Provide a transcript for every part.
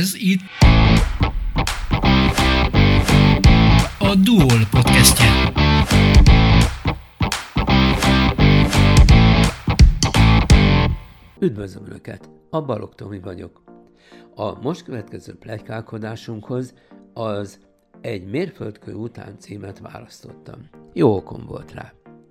Ez itt a Duol podcastje. Üdvözlöm Önöket, a Balogh Tomi vagyok. A most következő pletykálkodásunkhoz az Egy mérföldkő után címet választottam. Jó okom volt rá.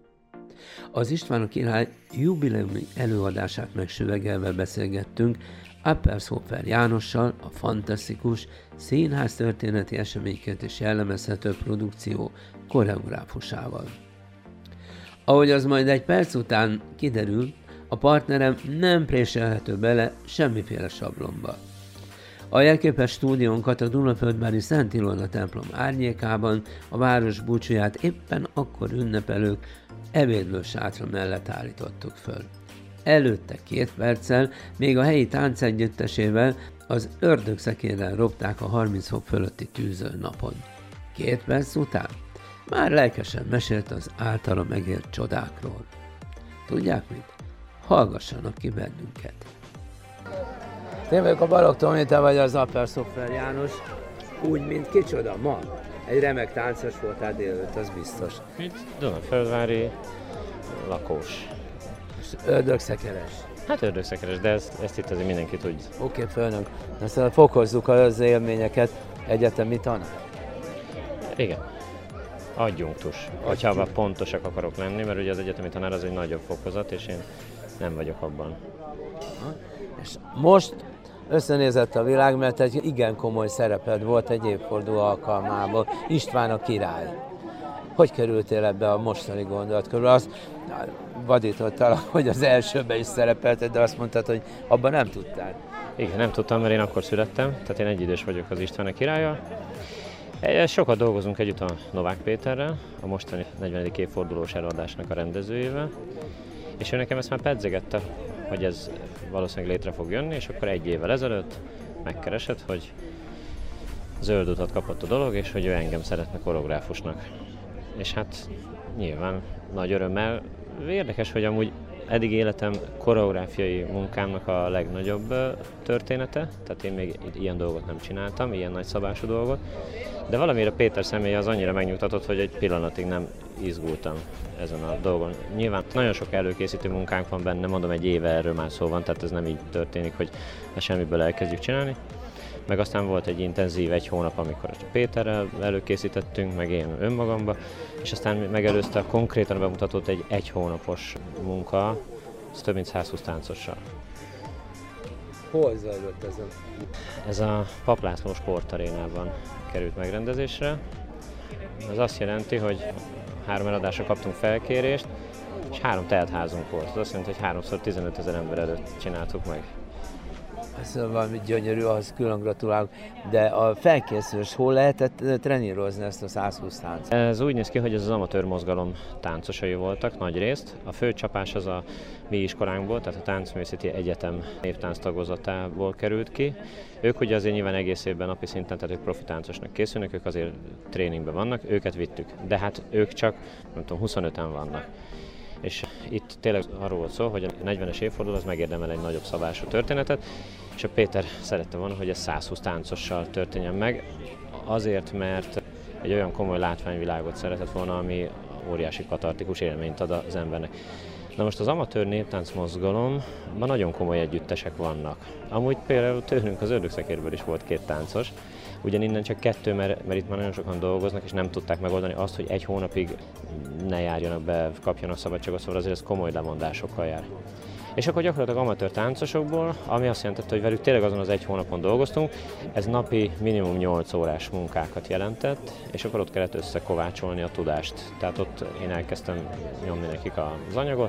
Az Istvánok király jubileumi előadását megsüvegelve beszélgettünk Appershofer Jánossal, a fantasztikus színház történeti eseményeket is jellemezhető produkció koreográfusával. Ahogy az majd egy perc után kiderül, a partnerem nem préselhető bele semmiféle sablonba. A jelképes stúdiónkat a Dunaföldvári Szent Ilona templom árnyékában, a város búcsúját éppen akkor ünnepelők ebédlő sátra mellett állítottuk föl. Előtte 2 perccel még a helyi táncegyüttesével az ördögszekérrel ropták a 30 fok fölötti tűző napon. 2 perc után már lelkesen mesélt az általa megélt csodákról. Tudják mit? Hallgassanak ki bennünket! Én vagyok a Balogh Tomi, te vagy az Appershofer János, úgy, mint kicsoda ma. Egy remek táncos voltál délelőtt, az biztos. Mint Dunaföldvári lakós. Ördögszekeres. Hát ördögszekeres, de ezt itt azért mindenki tudja. Oké, fölnök. Aztán fokozzuk az élményeket. Egyetemi tanár. Igen. Adjunktus. Hogyha pontosak akarok lenni, mert ugye az egyetemi tanár az egy nagyobb fokozat, és én nem vagyok abban. És most összenézett a világ, mert egy igen komoly szereped volt egy évforduló alkalmából, István a király. Hogy kerültél ebbe a mostani gondolatkörül? Azt vadítottal, hogy az elsőben is szerepelted, de azt mondtad, hogy abban nem tudtál. Igen, nem tudtam, mert én akkor születtem, tehát én egyidős vagyok az István a királlyal. Sokat dolgozunk együtt a Novák Péterrel, a mostani 40. évfordulós előadásnak a rendezőjével, és ő nekem ezt már pedzegette, hogy ez valószínűleg létre fog jönni, és akkor 1 évvel ezelőtt megkeresett, hogy zöld utat kapott a dolog, és hogy ő engem szeretne koreográfusnak. És hát nyilván nagy örömmel. Érdekes, hogy amúgy eddig életem koreográfiai munkámnak a legnagyobb története, tehát én még ilyen dolgot nem csináltam, ilyen nagyszabású dolgot, de valamire Péter személye az annyira megnyugtatott, hogy egy pillanatig nem izgultam ezen a dolgon. Nyilván nagyon sok előkészítő munkánk van benne, mondom, 1 éve erről már szó van, tehát ez nem így történik, hogy semmiből elkezdjük csinálni. Meg aztán volt egy intenzív 1 hónap, amikor Péterrel előkészítettünk, meg én önmagamba, és aztán megelőzte konkrétan bemutatott egy 1 hónapos munka, ez több mint 120 táncossal. Hol zajlott ez a? Ez a Papp László Sportarénában került megrendezésre. Ez azt jelenti, hogy 3 eladásra kaptunk felkérést, és 3 teltházunk volt. Ez azt jelenti, hogy 3-szor 15 000 ember előtt csináltuk meg. Ez valami gyönyörű, ahhoz külön gratulálok, de a felkészülés hol lehetett trenírozni ezt a 120 táncot? Ez úgy néz ki, hogy ez az amatőr mozgalom táncosai voltak nagy részt. A fő csapás az a mi iskolánkból, tehát a Táncművészeti Egyetem névtánc tagozatából került ki. Ők ugye azért nyilván egész évben napi szinten, tehát ők profi táncosnak készülnek, ők azért tréningben vannak, őket vittük. De hát ők csak, nem tudom, 25-en vannak. És itt tényleg arról volt szó, hogy a 40-es évforduló az megérdemel egy nagyobb szabású történetet, és a Péter szerette volna, hogy ez 120 táncossal történjen meg, azért, mert egy olyan komoly látványvilágot szeretett volna, ami óriási katartikus élményt ad az embernek. Na most az amatőr néptánc mozgalomban nagyon komoly együttesek vannak. Amúgy például tőlünk az Ördögszekérből is volt 2 táncos, ugyan innen csak 2, mert itt már nagyon sokan dolgoznak, és nem tudták megoldani azt, hogy 1 hónapig ne járjanak be, kapjanak szabadságot, szóval azért ez komoly lemondásokkal jár. És akkor gyakorlatilag amatőr táncosokból, ami azt jelentette, hogy velük tényleg azon az 1 hónapon dolgoztunk, ez napi minimum 8 órás munkákat jelentett, és akkor ott kellett összekovácsolni a tudást. Tehát ott én elkezdtem nyomni nekik az anyagot,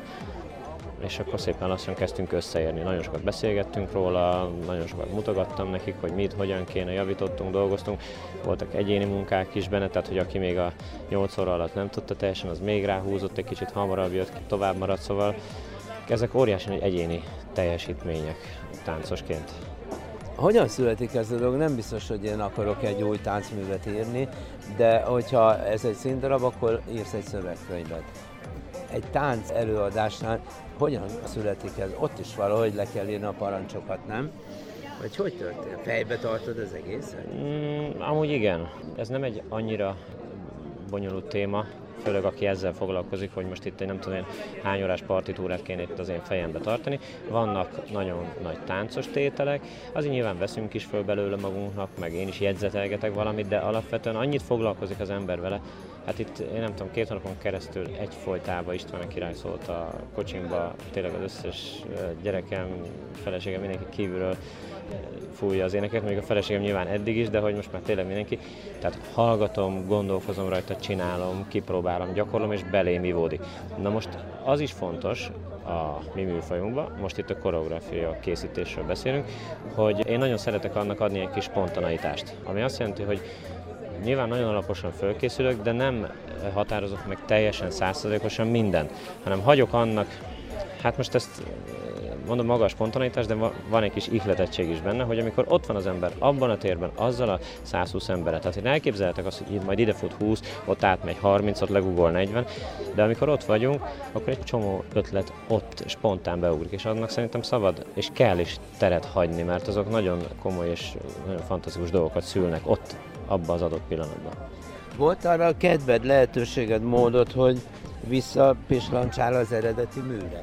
és akkor szépen lassan kezdtünk összeérni. Nagyon sokat beszélgettünk róla, nagyon sokat mutogattam nekik, hogy mit, hogyan kéne, javítottunk, dolgoztunk. Voltak egyéni munkák is benne, tehát hogy aki még a 8 óra alatt nem tudta teljesen, az még ráhúzott, egy kicsit hamarabb jött, tovább maradt, szóval ezek óriási egyéni teljesítmények táncosként. Hogyan születik ez a dolog? Nem biztos, hogy én akarok egy új táncművet írni, de hogyha ez egy színdarab, akkor írsz egy szövegkönyvet. Egy tánc előadásnál hogyan születik ez? Ott is valahogy le kell írni a parancsokat, nem? Vagy hogy történt? Fejbe tartod az egészet? Amúgy igen. Ez nem egy annyira bonyolult téma, főleg aki ezzel foglalkozik, hogy most itt nem tudom én hány órás partitúrát kéne itt az én fejembe tartani. Vannak nagyon nagy táncos tételek, azért nyilván veszünk is föl belőle magunknak, meg én is jegyzetelgetek valamit, de alapvetően annyit foglalkozik az ember vele. Hát itt én nem tudom, 2 hónapon keresztül egyfolytában István király szólt a kocsimba, tényleg az összes gyerekem, feleségem, mindenki kívülről fújja az éneket, még a feleségem nyilván eddig is, de hogy most már tényleg mindenki. Tehát hallgatom, gondolkozom rajta, csinálom, kipróbálom, gyakorlom és belém ivódik. Na most az is fontos a mi műfajunkban, most itt a koreográfia készítésről beszélünk, hogy én nagyon szeretek annak adni egy kis spontaneitást, ami azt jelenti, hogy nyilván nagyon alaposan fölkészülök, de nem határozok meg teljesen 100%-osan mindent, hanem hagyok annak, hát most ezt mondom maga a spontaneitás, de van egy kis ihletettség is benne, hogy amikor ott van az ember abban a térben, azzal a 120 emberet, tehát én elképzelhetek azt, hogy majd ide fut 20, ott átmegy 30, ott legugol 40, de amikor ott vagyunk, akkor egy csomó ötlet ott spontán beugrik, és annak szerintem szabad, és kell is teret hagyni, mert azok nagyon komoly és nagyon fantasztikus dolgokat szülnek ott, abban az adott pillanatban. Volt arra a kedved, lehetőséged, módod, hogy visszapislancsál az eredeti műre?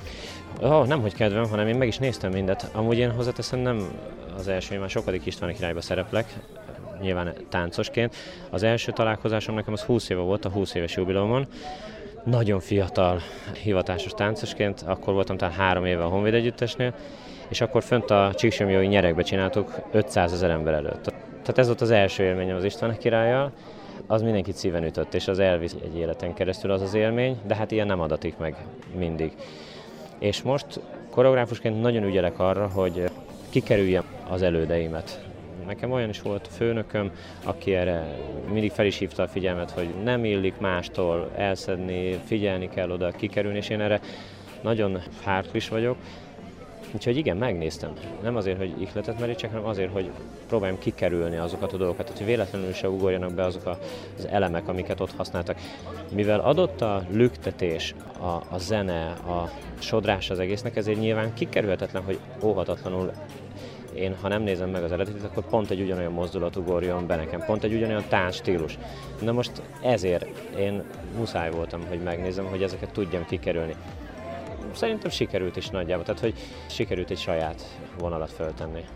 Nem hogy kedvem, hanem én meg is néztem mindet. Amúgy én hozzáteszem nem az első, én már sokadik István királyba szereplek, nyilván táncosként. Az első találkozásom nekem az 20 éve volt, a 20 éves jubileumon. Nagyon fiatal hivatásos táncosként, akkor voltam talán 3 éve a Honvéd Együttesnél, és akkor fönt a Csíksomlyói nyerekbe csináltuk 500 000 ember előtt. Tehát ez volt az első élményem az István királlyal, az mindenkit szíven ütött, és az elvisz egy életen keresztül az az élmény, de hát ilyen nem adatik meg mindig. És most koreográfusként nagyon ügyelek arra, hogy kikerüljem az elődeimet. Nekem olyan is volt főnököm, aki erre mindig fel is hívta a figyelmet, hogy nem illik mástól elszedni, figyelni kell oda, kikerülni, és én erre nagyon hártlis vagyok. Úgyhogy igen, megnéztem. Nem azért, hogy ihletet merítsek, hanem azért, hogy próbáljam kikerülni azokat a dolgokat, hogy véletlenül se ugorjanak be azok az elemek, amiket ott használtak. Mivel adott a lüktetés, a zene, a sodrás az egésznek, ezért nyilván kikerülhetetlen, hogy óhatatlanul én, ha nem nézem meg az eredetit, akkor pont egy ugyanolyan mozdulat ugorjon be nekem, pont egy ugyanolyan táncstílus. Na most ezért én muszáj voltam, hogy megnézem, hogy ezeket tudjam kikerülni. Szerintem sikerült is nagyjából, tehát hogy sikerült egy saját vonalat föltenni.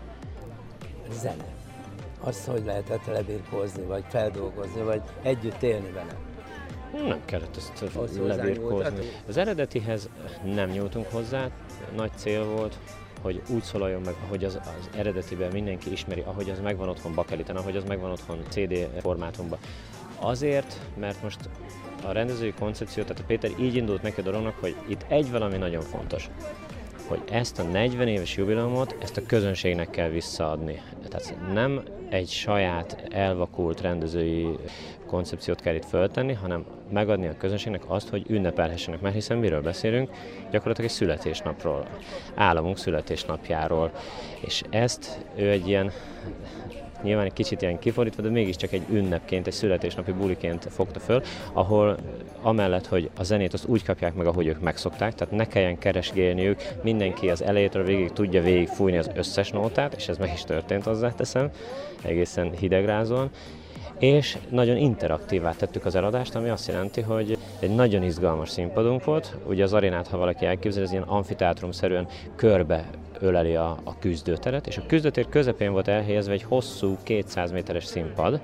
Zene. Azt, hogy lehetett lebirkózni, vagy feldolgozni, vagy együtt élni vele? Nem kellett ezt lebirkózni. Az eredetihez nem nyúltunk hozzá, nagy cél volt, hogy úgy szólaljon meg, ahogy az eredetiben mindenki ismeri, ahogy az megvan otthon bakeliten, ahogy az megvan otthon CD formátumban. Azért, mert most a rendezői koncepció, tehát a Péter így indult neki a dolognak, hogy itt egy valami nagyon fontos, hogy ezt a 40 éves jubileumot, ezt a közönségnek kell visszaadni. Tehát nem egy saját elvakult rendezői koncepciót kell itt föltenni, hanem megadni a közönségnek azt, hogy ünnepelhessenek, mert hiszen miről beszélünk? Gyakorlatilag egy születésnapról, államunk születésnapjáról, és ezt ő egy ilyen, nyilván egy kicsit ilyen kifordítva, de mégiscsak egy ünnepként, egy születésnapi buliként fogta föl, ahol amellett, hogy a zenét azt úgy kapják meg, ahogy ők megszokták, tehát ne kelljen keresgélniük, mindenki az elejétől végig tudja végigfújni az összes nótát, és ez meg is történt, hozzáteszem, egészen hidegrázóan, és nagyon interaktívvá tettük az eladást, ami azt jelenti, hogy egy nagyon izgalmas színpadunk volt. Ugye az arénát, ha valaki elképzel, ez ilyen amfiteátrumszerűen körbe öleli a küzdőteret, és a küzdőtér közepén volt elhelyezve egy hosszú 200 méteres színpad,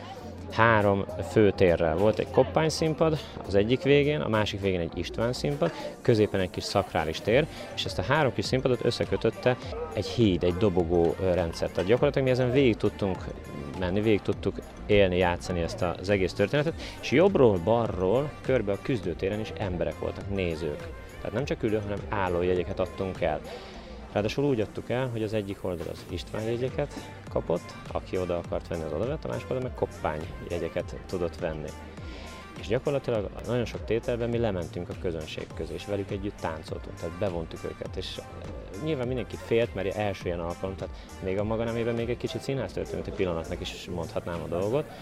3 főtérrel. Volt egy koppányszínpad az egyik végén, a másik végén egy István színpad, középen egy kis szakrális tér, és ezt a 3 kis színpadot összekötötte egy híd, egy dobogó rendszer. Tehát gyakorlatilag mi ezen végig tudtunk menni, végig tudtuk élni, játszani ezt az egész történetet, és jobbról, balról, körbe a küzdőtéren is emberek voltak, nézők. Tehát nem csak ülő, hanem álló jegyeket adtunk el. Ráadásul úgy adtuk el, hogy az egyik oldal az István jegyeket kapott, aki oda akart venni, az oda vett, a másik oldal meg koppány jegyeket tudott venni. És gyakorlatilag nagyon sok tételben mi lementünk a közönség közé, és velük együtt táncoltunk, tehát bevontuk őket, és nyilván mindenki félt, mert első ilyen alkalom, tehát még a maga nemében még egy kicsit színháztörténeti pillanatnak is mondhatnám a dolgot,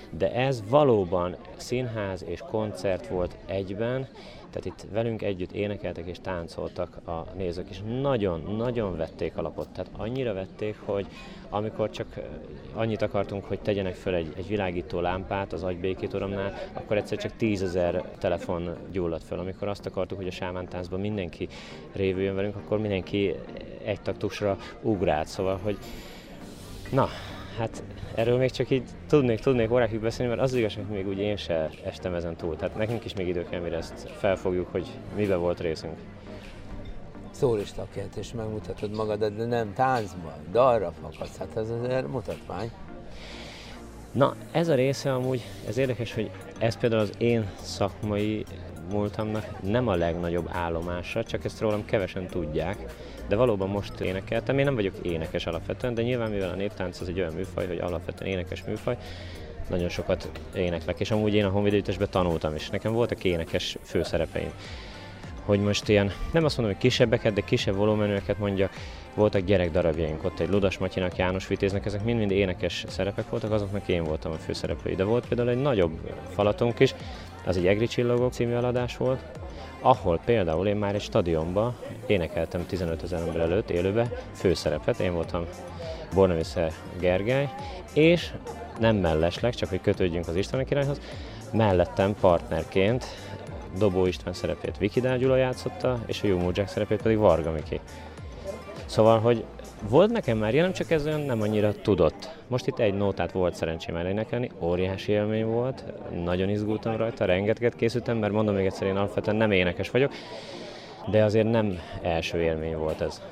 de ez valóban színház és koncert volt egyben, tehát itt velünk együtt énekeltek és táncoltak a nézők, és nagyon-nagyon vették alapot. Tehát annyira vették, hogy amikor csak annyit akartunk, hogy tegyenek föl egy világító lámpát az agybékítóramnál, akkor egyszer csak 10 000 telefon gyulladt föl. Amikor azt akartuk, hogy a sámántáncban mindenki révüljön velünk, akkor mindenki egy taktusra ugrált. Szóval, hogy na, hát erről még csak így tudnék órákig beszélni, mert az igazság, hogy még úgy én se estem ezen túl. Tehát nekünk is még idő kell, mire ezt felfogjuk, hogy miben volt részünk. Szólistaként is megmutatod magadat, de nem táncban, dalra fakadsz, hát ez azért mutatvány. Na, ez a része amúgy, ez érdekes, hogy ez például az én szakmai múltamnak nem a legnagyobb állomása, csak ezt rólam kevesen tudják, de valóban most énekeltem. Én nem vagyok énekes alapvetően, de nyilván mivel a néptánc az egy olyan műfaj, hogy alapvetően énekes műfaj, nagyon sokat éneklek, és amúgy én a Honvéd Együttesben tanultam is. Nekem voltak énekes főszerepeim. Hogy most ilyen, nem azt mondom, hogy kisebbeket, de kisebb volumenűeket mondjak, voltak gyerekdarabjaink, ott egy Ludas Matyinak, János Vitéznek, ezek mind énekes szerepek voltak, azoknak én voltam a főszereplői. De volt például egy nagyobb falatunk is, az egy Egri Csillagok című eladás volt, ahol például én már egy stadionban énekeltem 15 000 ember előtt élőbe főszerepet, én voltam Bornemisza Gergely, és nem mellesleg, csak hogy kötődjünk az István királyhoz, mellettem partnerként Dobó István szerepét Viki Dál Gyula játszotta, és a You Jack szerepét pedig Varga Miki. Szóval, hogy volt nekem már ilyen, csak ez olyan nem annyira tudott. Most itt egy nótát volt szerencsém elénekelni, óriási élmény volt, nagyon izgultam rajta, rengeteget készültem, mert mondom még egyszer, én alapvetően nem énekes vagyok, de azért nem első élmény volt ez.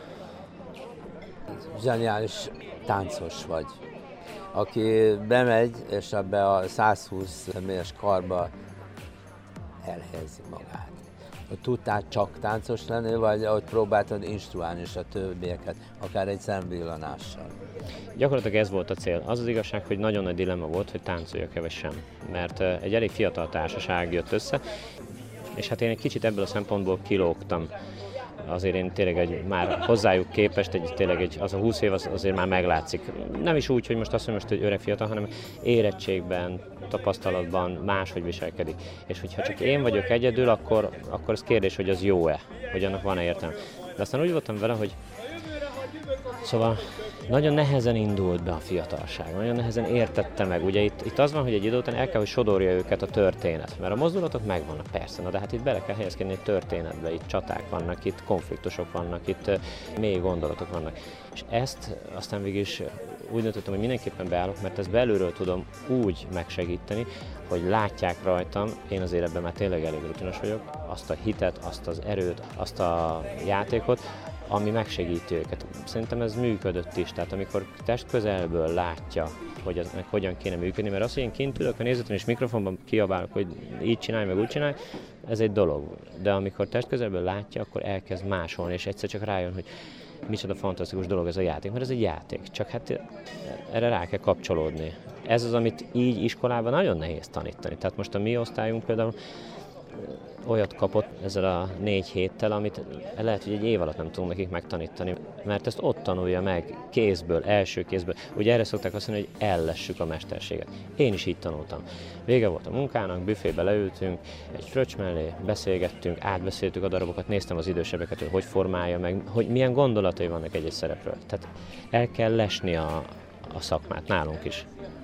Zseniális táncos vagy, aki bemegy, és ebbe a 120 személyes karba elhelyezi magát. Hogy tudtál csak táncos lenni, vagy ahogy próbáltad instruálni is a többieket, akár egy szemvillanással? Gyakorlatilag ez volt a cél. Az az igazság, hogy nagyon nagy dilemma volt, hogy táncoljak-e vagy sem. Mert egy elég fiatal társaság jött össze, és hát én egy kicsit ebből a szempontból kilógtam. Azért én tényleg már hozzájuk képest az a 20 év azért már meglátszik. Nem is úgy, hogy most azt mondom, hogy öreg fiatal, hanem érettségben, tapasztalatban máshogy viselkedik. És hogyha csak én vagyok egyedül, akkor az kérdés, hogy az jó-e, hogy annak van-e értelme. De aztán úgy voltam vele, hogy szóval nagyon nehezen indult be a fiatalság, nagyon nehezen értette meg. Ugye itt az van, hogy egy idő után el kell, hogy sodorja őket a történet, mert a mozdulatok megvannak, persze, de hát itt bele kell helyezkedni egy történetbe, itt csaták vannak, itt konfliktusok vannak, itt mély gondolatok vannak. És ezt aztán végig is úgy döntöttem, hogy mindenképpen beállok, mert ezt belülről tudom úgy megsegíteni, hogy látják rajtam, én azért ebben már tényleg elég rutinos vagyok, azt a hitet, azt az erőt, azt a játékot, ami megsegíti őket. Szerintem ez működött is, tehát amikor testközelből látja, hogy ez hogyan kéne működni, mert az, hogy én kint ülök a nézőtön és mikrofonban kiabálok, hogy így csinálj, meg úgy csinálj, ez egy dolog. De amikor testközelből látja, akkor elkezd másolni, és egyszer csak rájön, hogy micsoda fantasztikus dolog ez a játék, mert ez egy játék, csak hát erre rá kell kapcsolódni. Ez az, amit így iskolában nagyon nehéz tanítani. Tehát most a mi osztályunk például olyat kapott ezzel a 4 héttel, amit lehet, hogy egy év alatt nem tudunk nekik megtanítani, mert ezt ott tanulja meg, kézből, első kézből. Ugye erre szokták azt mondani, hogy ellessük a mesterséget. Én is így tanultam. Vége volt a munkának, büfébe leültünk, egy fröccs mellé, beszélgettünk, átbeszéltük a darabokat, néztem az idősebbeket, hogy formálja meg, hogy milyen gondolatai vannak egy szerepről. Tehát el kell lesni a szakmát, nálunk is.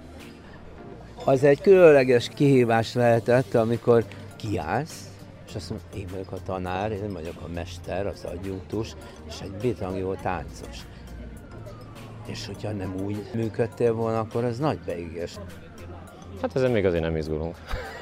Az egy különleges kihívás lehetett, amikor kiállsz, és azt mondom, én vagyok a tanár, én vagyok a mester, az adjunktus, és egy bitang jó táncos. És hogyha nem úgy működtél volna, akkor az nagy beigés. Hát ezen még azért nem izgulunk.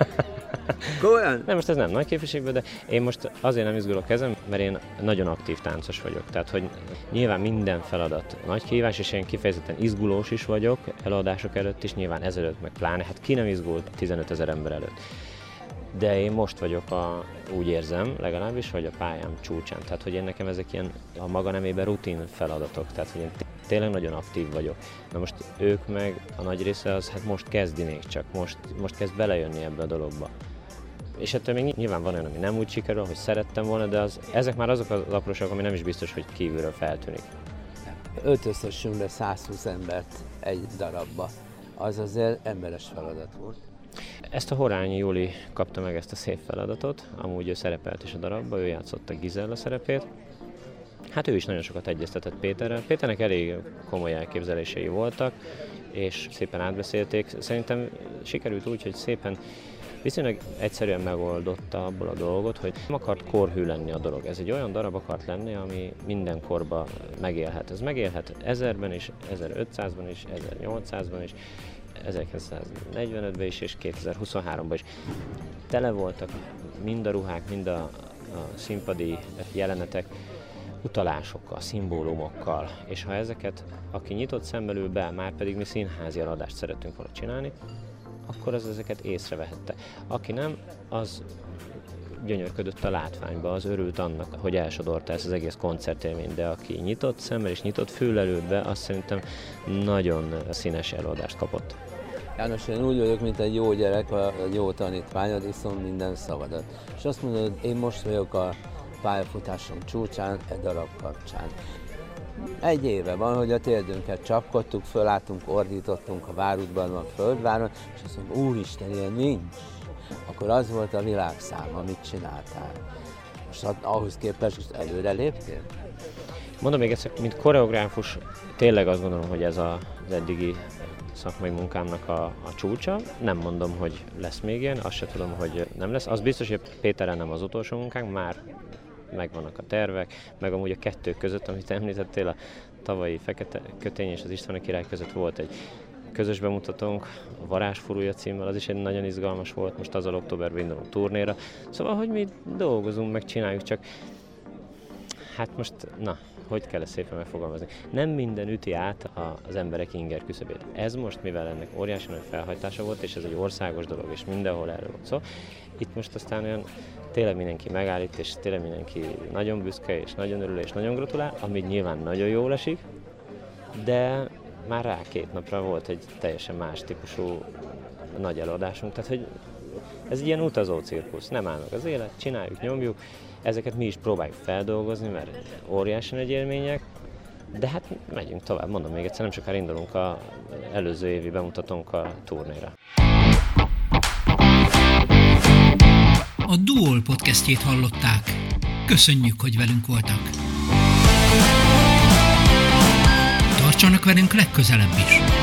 Olyan? Nem, most ez nem nagy képviségben, de én most azért nem izgulok ezen, mert én nagyon aktív táncos vagyok. Tehát, hogy nyilván minden feladat nagy kihívás, és én kifejezetten izgulós is vagyok, előadások előtt is, nyilván ezelőtt meg pláne. Hát ki nem izgult 15 000 ember előtt. De én most vagyok úgy érzem, legalábbis, hogy a pályám csúcsán. Tehát, hogy én nekem ezek ilyen a maga nemében rutin feladatok. Tehát, hogy én tényleg nagyon aktív vagyok. Na most ők meg, a nagy része az, hát most kezdi még csak, most kezd belejönni ebbe a dologba. És ettől még nyilván van olyan, ami nem úgy sikerül, hogy szerettem volna, de ezek már azok az apróságok, ami nem is biztos, hogy kívülről feltűnik. Öltöztessünk be 120 embert egy darabba. az azért emberes feladat volt. Ezt a Horányi Júli kapta meg ezt a szép feladatot, amúgy ő szerepelt is a darabban, ő játszotta Gizella szerepét. Hát ő is nagyon sokat egyeztetett Péterrel. Péternek elég komoly elképzelései voltak, és szépen átbeszélték. Szerintem sikerült úgy, hogy szépen viszonylag egyszerűen megoldotta abból a dolgot, hogy nem akart korhű lenni a dolog. Ez egy olyan darab akart lenni, ami minden korban megélhet. Ez megélhet 1000-ben is, 1500-ban is, 1800-ban is, 1945-ben is és 2023-ban is. Tele voltak mind a ruhák, mind a színpadi jelenetek utalásokkal, szimbólumokkal, és ha ezeket, aki nyitott szemmel ül be, már pedig mi színházi eladást szeretünk volna csinálni, akkor az ezeket észrevehette. Aki nem, az gyönyörködött a látványba, az örült annak, hogy elsodorta ezt az egész koncertélményt, de aki nyitott szemmel és nyitott füllel ült be, azt szerintem nagyon színes előadást kapott. János, én úgy vagyok, mint egy jó gyerek, a jó tanítványod, iszom minden szavadat. És azt mondod, én most vagyok a pályafutásom csúcsán, egy darab kapcsán. Egy éve van, hogy a térdünket csapkodtuk, fölálltunk, ordítottunk a várudban, a földváron, és azt mondom, úristen, ilyen nincs. Akkor az volt a világszám, amit csináltál. Most ahhoz képest előre léptél? Mondom még egyszer, mint koreográfus, tényleg azt gondolom, hogy ez az eddigi szakmai munkámnak a csúcsa. Nem mondom, hogy lesz még ilyen, azt se tudom, hogy nem lesz. Az biztos, hogy Péterrel nem az utolsó munkánk, már megvannak a tervek, meg amúgy a kettő között, amit említettél, a tavalyi Fekete Kötény és az István király között volt egy közös bemutatónk, a Varázsfurúja címmel, az is egy nagyon izgalmas volt, most azzal októberben indulunk turnéra. Szóval, hogy mi dolgozunk, meg csináljuk, csak hát most, hogy kell ezt szépen megfogalmazni? Nem minden üti át az emberek inger küszöbét. Ez most, mivel ennek óriási nagy felhajtása volt, és ez egy országos dolog, és mindenhol erről volt szó, itt most aztán olyan tényleg mindenki megállít, és tényleg mindenki nagyon büszke, és nagyon örül, és nagyon gratulál, ami nyilván nagyon jól esik, de már rá 2 napra volt egy teljesen más típusú nagy előadásunk, tehát hogy ez egy ilyen utazó cirkusz, nem áll meg az élet, csináljuk, nyomjuk, ezeket mi is próbáljuk feldolgozni, mert óriási nagy élmények, de hát megyünk tovább, mondom még egyszer, nem sokára indulunk az előző évi bemutatónk a turnéra. A Duol podcastjét hallották. Köszönjük, hogy velünk voltak. Tartsanak velünk legközelebb is!